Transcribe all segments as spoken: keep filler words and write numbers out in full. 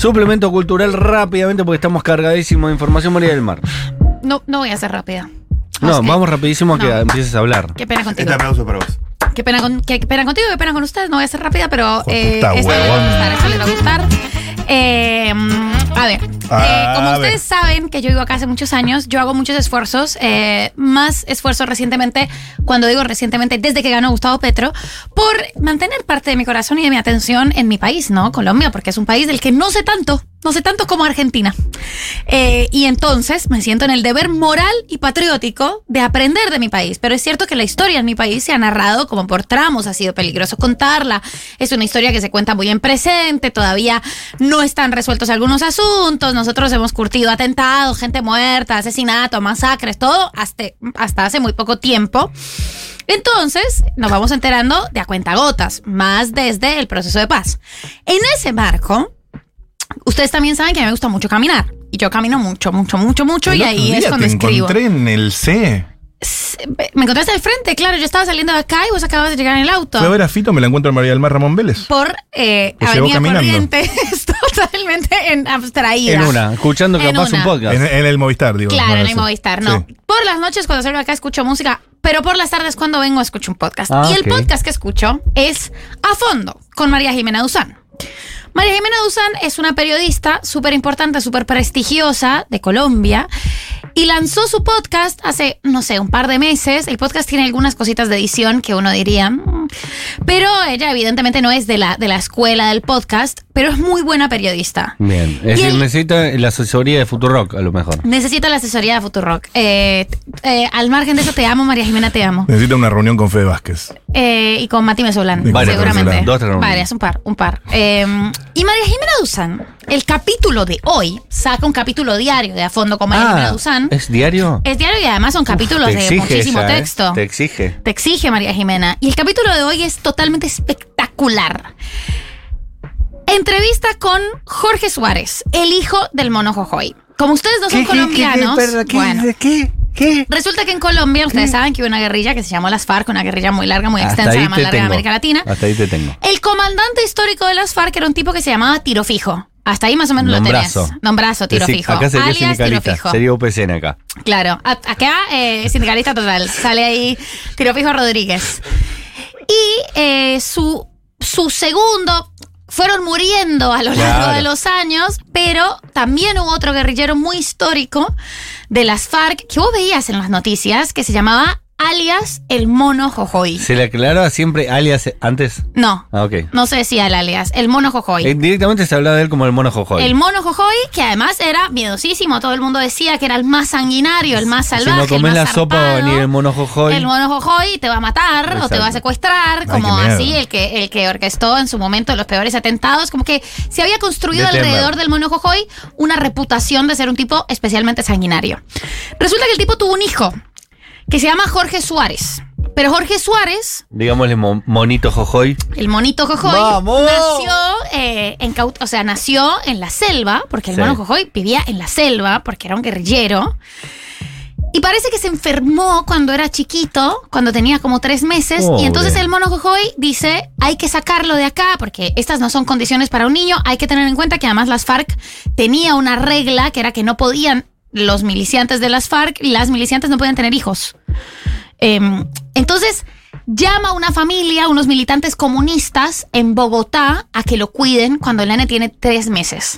Suplemento cultural rápidamente porque estamos cargadísimos de información. María del Mar. No, no voy a ser rápida. No, Okay. vamos rapidísimo a que No. empieces a hablar. Qué pena contigo. Este aplauso para vos. Qué pena, con, qué, qué pena contigo, qué pena con ustedes. No voy a ser rápida, pero eh, puta, esto les va a huevón. gustar, esto les va a gustar. Eh, a ver, A eh, como ver. ustedes saben que yo vivo acá hace muchos años, yo hago muchos esfuerzos, eh, más esfuerzos recientemente, cuando digo recientemente, desde que ganó Gustavo Petro, por mantener parte de mi corazón y de mi atención en mi país, ¿no? Colombia, porque es un país del que no sé tanto, no sé tanto como Argentina. Eh, y entonces me siento en el deber moral y patriótico de aprender de mi país. Pero es cierto que la historia en mi país se ha narrado como por tramos, ha sido peligroso contarla. Es una historia que se cuenta muy en presente, todavía no están resueltos algunos asuntos. Nosotros hemos curtido atentados, gente muerta, asesinatos, masacres, todo hasta, hasta hace muy poco tiempo. Entonces nos vamos enterando de a cuentagotas, más desde el proceso de paz. En ese marco, ustedes también saben que a mí me gusta mucho caminar. Y yo camino mucho, mucho, mucho, mucho. El Y otro ahí día es cuando te escribo. encontré en el C. Me encontraste al frente, claro. Yo estaba saliendo de acá y vos acabas de llegar en el auto. Fui a ver a Fito, me la encuentro en María del Mar Ramón Vélez. Por eh, Te llevó Avenida caminando. Corrientes, totalmente en abstraída. En una, escuchando En capaz una. un podcast. En, en el Movistar, digo. Claro, no, en el sí. Movistar, no. Sí. Por las noches cuando salgo acá escucho música, pero por las tardes cuando vengo escucho un podcast. Ah, y el ok. podcast que escucho es A Fondo, con María Jimena Duzán. María Jimena Duzán es una periodista súper importante, súper prestigiosa de Colombia y lanzó su podcast hace, no sé, un par de meses. El podcast tiene algunas cositas de edición que uno diría, "Mm", pero ella evidentemente no es de la, de la escuela del podcast, pero es muy buena periodista. Bien. Es Y decir, el- necesita la asesoría de Futurock, a lo mejor. Necesita la asesoría de Futurock. Eh, eh, al margen de eso, te amo, María Jimena, te amo. Necesita una reunión con Fede Vázquez. Eh, y con Mati Mesolán, Y con Varias seguramente. reuniones, dos reuniones. Varias, un par, un par. Eh, y María Jimena Duzán, el capítulo de hoy, saca un capítulo diario de A Fondo con María Jimena Duzán. ¿es diario? Es diario y además son capítulos Te de exige muchísimo ella, ¿eh? texto. Te exige. Te exige María Jimena. Y el capítulo de hoy es totalmente espectacular. Entrevista con Jorge Suárez, el hijo del Mono Jojoy. Como ustedes no son colombianos, bueno, ¿Qué? ¿Qué? resulta que en Colombia, ustedes saben que hubo una guerrilla que se llamó las FARC, una guerrilla muy larga, muy Hasta extensa, ahí la más te larga de tengo. América Latina. Hasta ahí te tengo. El comandante histórico de las FARC era un tipo que se llamaba Tiro Fijo. Hasta ahí más o menos Nombrazo. lo tenés. Nombrazo, Tiro Decí- Fijo. Acá sería alias Tiro sindicalista. Fijo. Sería U P C N acá. Claro, a- acá eh, sindicalista total. Sale ahí Tiro Fijo Rodríguez. Y eh, su, su segundo... Fueron muriendo a lo largo Claro. de los años, pero también hubo otro guerrillero muy histórico de las FARC que vos veías en las noticias que se llamaba alias el Mono Jojoy. ¿Se le aclaraba siempre alias antes? No, Ah, ok. no se decía el alias, el Mono Jojoy. Eh, directamente se hablaba de él como el Mono Jojoy. El Mono Jojoy, que además era miedosísimo, todo el mundo decía que era el más sanguinario, el más Si salvaje, no el comes más la sopa va a zarpado. venir el Mono Jojoy. El Mono Jojoy te va a matar o te va a Exacto. secuestrar, Ay, como qué miedo. así el que, el que orquestó en su momento los peores atentados, como que se había construido De alrededor Temer. del Mono Jojoy una reputación de ser un tipo especialmente sanguinario. Resulta que el tipo tuvo un hijo que se llama Jorge Suárez. Pero Jorge Suárez, Digámosle mo- Monito Jojoy. el monito Jojoy, ¡Vamos! nació eh, en caut- o sea, nació en la selva, porque el Sí. mono Jojoy vivía en la selva, porque era un guerrillero. Y parece que se enfermó cuando era chiquito, cuando tenía como tres meses. Pobre. Y entonces el mono Jojoy dice, hay que sacarlo de acá, porque estas no son condiciones para un niño. Hay que tener en cuenta que además las FARC tenía una regla que era que no podían, los miliciantes de las FARC, las miliciantes no podían tener hijos. Eh, entonces llama a una familia, unos militantes comunistas en Bogotá a que lo cuiden cuando el nene tiene tres meses.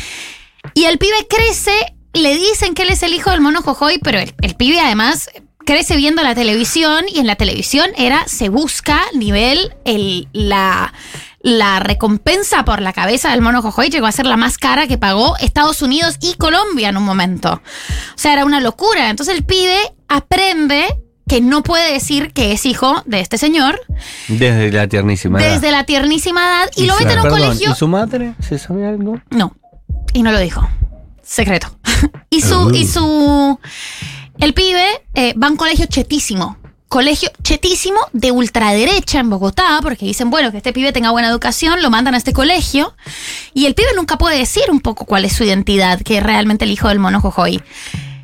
Y el pibe crece, le dicen que él es el hijo del Mono Jojoy, pero el, el pibe además crece viendo la televisión y en la televisión era, se busca nivel, el, la... La recompensa por la cabeza del Mono Jojoy llegó a ser la más cara que pagó Estados Unidos y Colombia en un momento. O sea, era una locura. Entonces el pibe aprende que no puede decir que es hijo de este señor Desde la tiernísima edad. desde la tiernísima edad y, lo su- mete en un perdón, colegio. ¿Y su madre? ¿Se sabe algo? No, y no lo dijo. Secreto. y su, y su, el pibe eh, va a un colegio chetísimo. Colegio chetísimo de ultraderecha en Bogotá, porque dicen, bueno, que este pibe tenga buena educación, lo mandan a este colegio, y el pibe nunca puede decir un poco cuál es su identidad, que es realmente el hijo del Mono Jojoy.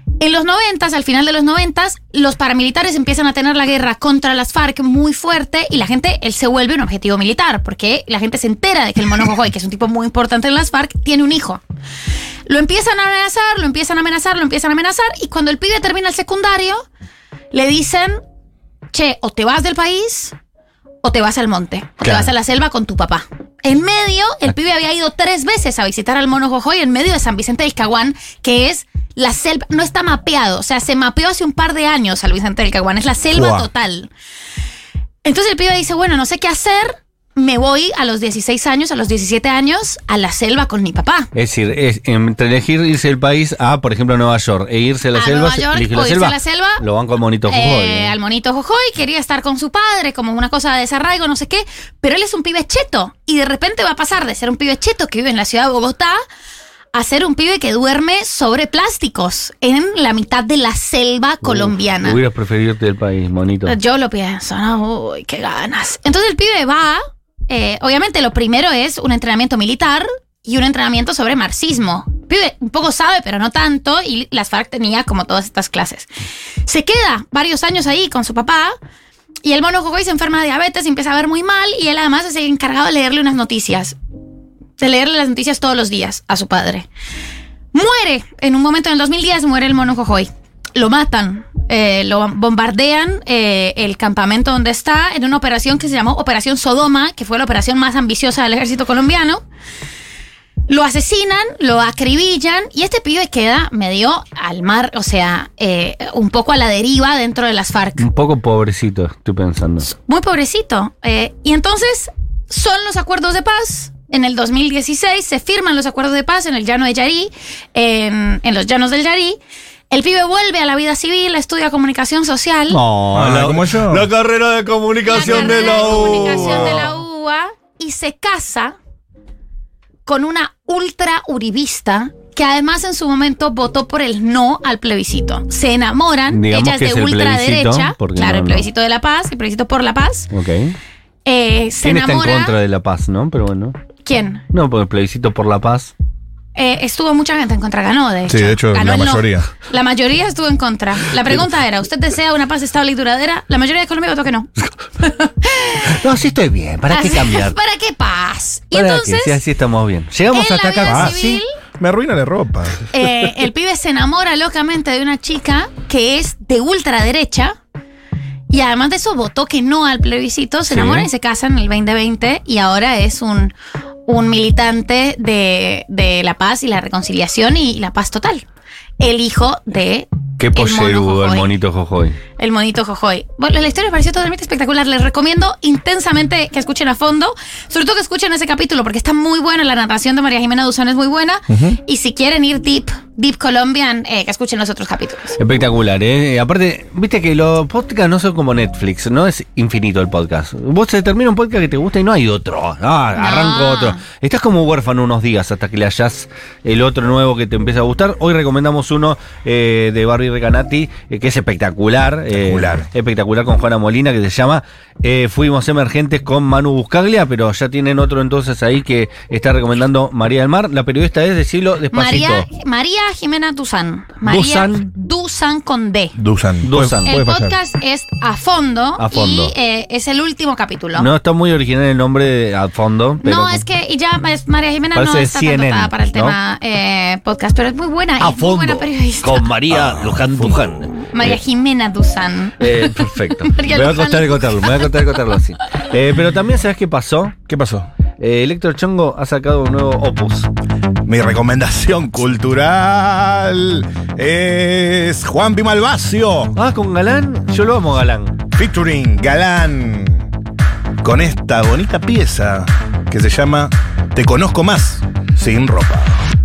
En los noventas, al final de los noventas, los paramilitares empiezan a tener la guerra contra las FARC muy fuerte y la gente, él se vuelve un objetivo militar porque la gente se entera de que el Mono Jojoy, que es un tipo muy importante en las FARC, tiene un hijo. Lo empiezan a amenazar, lo empiezan a amenazar, lo empiezan a amenazar y cuando el pibe termina el secundario, le dicen, che, o te vas del país o te vas al monte, o claro. te vas a la selva con tu papá. En medio, el pibe había ido tres veces a visitar al Mono Jojoy en medio de San Vicente del Caguán, que es la selva, no está mapeado, o sea, se mapeó hace un par de años San Vicente del Caguán, es la selva wow. total. Entonces el pibe dice, bueno, no sé qué hacer, me voy a los dieciséis años, a los diecisiete años, a la selva con mi papá. Es decir, es, entre elegir irse del país a, por ejemplo, Nueva York, e irse a la a selva, Nueva York, elige o la irse selva, a la selva, lo van con el Monito Jojoy. Eh, al Monito Jojoy, quería estar con su padre, como una cosa de desarraigo, no sé qué, pero él es un pibe cheto, y de repente va a pasar de ser un pibe cheto que vive en la ciudad de Bogotá, a ser un pibe que duerme sobre plásticos en la mitad de la selva Uf, colombiana. Hubieras preferido irte del país, Monito. Yo lo pienso, ¿no? Uy, qué ganas. Entonces el pibe va, eh, obviamente lo primero es un entrenamiento militar y un entrenamiento sobre marxismo. El pibe un poco sabe, pero no tanto, y las FARC tenía como todas estas clases. Se queda varios años ahí con su papá, y el Mono Jojoy se enferma de diabetes, empieza a ver muy mal, y él además es el encargado de leerle unas noticias. De leerle las noticias todos los días a su padre. Muere, en un momento en el dos mil diez muere el Mono Jojoy. Lo matan, eh, lo bombardean eh, el campamento donde está en una operación que se llamó Operación Sodoma, que fue la operación más ambiciosa del ejército colombiano. Lo asesinan, lo acribillan y este pibe queda medio al mar, o sea, eh, un poco a la deriva dentro de las FARC. Un poco pobrecito, estoy pensando. Muy pobrecito. Eh, y entonces son los acuerdos de paz. En el dos mil dieciséis se firman los acuerdos de paz en el llano de Yarí, en, en los llanos del Yarí. El pibe vuelve a la vida cil, estudia comunicación social. No, ah, la, como yo. La carrera de comunicación la de la de U. comunicación de la U A y se casa con una ultra uribista que además en su momento votó por el no al plebiscito. Se enamoran, Digamos ella es que de es el ultraderecha, plebiscito, claro, no, el plebiscito no. de la paz, el plebiscito por la paz. Ok. Eh, se ¿Quién está enamora, en contra de la paz, no? Pero bueno. ¿Quién? No, por el plebiscito por la paz. Eh, estuvo mucha gente en contra, ganó de hecho. Sí, de hecho, ganó la el no. mayoría. La mayoría estuvo en contra. La pregunta era, ¿usted desea una paz estable y duradera? La mayoría de Colombia votó que no. No, sí estoy bien, ¿para qué cambiar? ¿Para qué paz? Y ¿Para entonces, qué? Sí, así estamos bien. Llegamos en hasta la vida acá. Ah, civil, sí. Me arruina la ropa. eh, el pibe se enamora locamente de una chica que es de ultraderecha. Y además de eso votó que no al plebiscito, se Sí. enamoran y se casan en el veinte veinte y ahora es un, un militante de, de la paz y la reconciliación y la paz total. El hijo de Qué el Mono pollerudo el Jojoy. Monito Jojoy. El Monito Jojoy. Bueno, la historia me pareció totalmente espectacular. Les recomiendo intensamente que escuchen a fondo. Sobre todo que escuchen ese capítulo porque está muy buena. La narración de María Jimena Duzán es muy buena. Uh-huh. Y si quieren ir deep, deep Colombian, eh, que escuchen los otros capítulos. Espectacular, ¿eh? Aparte, viste que los podcasts no son como Netflix, no es infinito el podcast. Vos te termina un podcast que te gusta y no hay otro. Ah, No. arranco otro. Estás como huérfano unos días hasta que le hayas el otro nuevo que te empieza a gustar. Hoy recomendamos uno eh, de Barbie Recanati, eh, que es espectacular. Espectacular. Eh, espectacular con Juana Molina, que se llama eh, Fuimos Emergentes con Manu Buscaglia, pero ya tienen otro entonces ahí que está recomendando María del Mar. La periodista es, decirlo despacito. María, María Jimena Duzán. María Duzán. Duzán con D. Dusan. Dusan. El podcast es A Fondo, A Fondo. y eh, es el último capítulo. No está muy original el nombre de A Fondo. Pero No, es que y ya es, María Jimena Parece no de está C N N, tan dotada para el ¿no? tema eh, podcast, pero es muy buena, A es muy buena Fondo periodista. con María Luján Duján. María Eh, Jimena Duzán. Eh, perfecto. María Me voy a Luján. costar contarlo, me voy a costar contarlo así. Eh, pero también, ¿sabes qué pasó? ¿Qué pasó? Eh, Héctor Chongo ha sacado un nuevo opus. Mi recomendación cultural es Juan Pimalvacio, Ah, con Galán. Yo lo amo, Galán. featuring Galán, con esta bonita pieza que se llama Te conozco más sin ropa.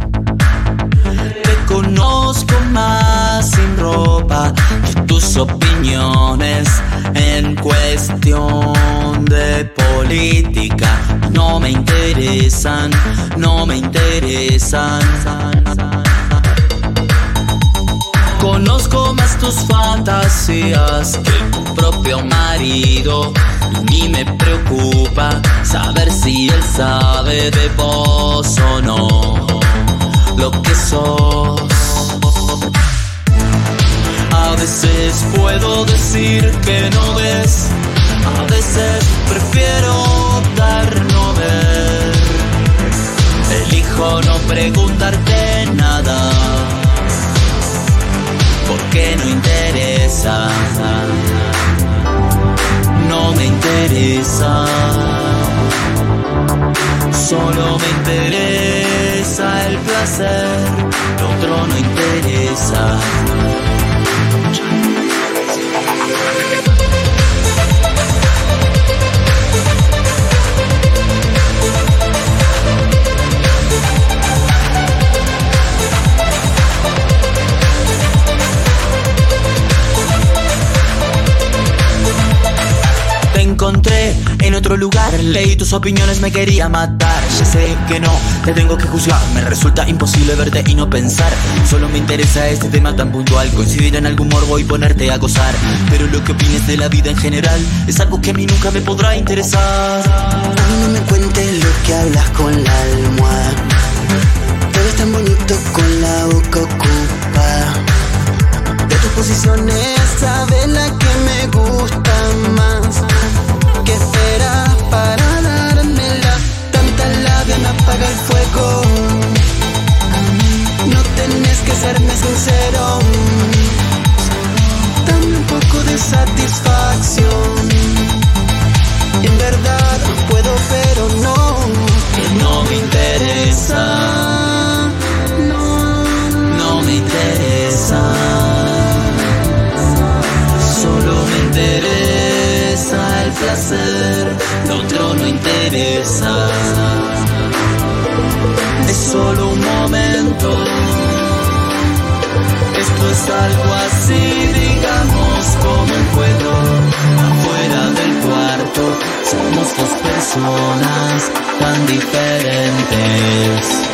Te conozco más sin ropa que tus opiniones en cuestión de política. No me interesan, no me interesan. Conozco más tus fantasías que tu propio marido. Ni me preocupa saber si él sabe de vos o no lo que sos. veces puedo decir que no ves, a veces prefiero dar no ver. Elijo no preguntarte nada, porque no interesa, no me interesa. Solo me interesa el placer, lo otro no interesa. Te encontré en otro lugar, leí tus opiniones, me quería matar. Ya sé que no te tengo que juzgar, me resulta imposible verte y no pensar. Solo me interesa este tema tan puntual, coincidir en algún morbo y ponerte a gozar. Pero lo que opines de la vida en general es algo que a mí nunca me podrá interesar. A mí no me cuentes lo que hablas con la almohada, te ves tan bonito con la boca ocupada. De tus posiciones sabes la que me gusta más. ¿Qué esperas para dármela? Tanta labia me apaga el fuego. No tenés que serme sincero, dame un poco de satisfacción. En verdad puedo, pero no, que no me interesa, no, no me interesa. Solo me interesa el placer, lo otro no interesa. Es solo un momento, esto es algo así, digamos, como un juego. Afuera del cuarto somos dos personas tan diferentes.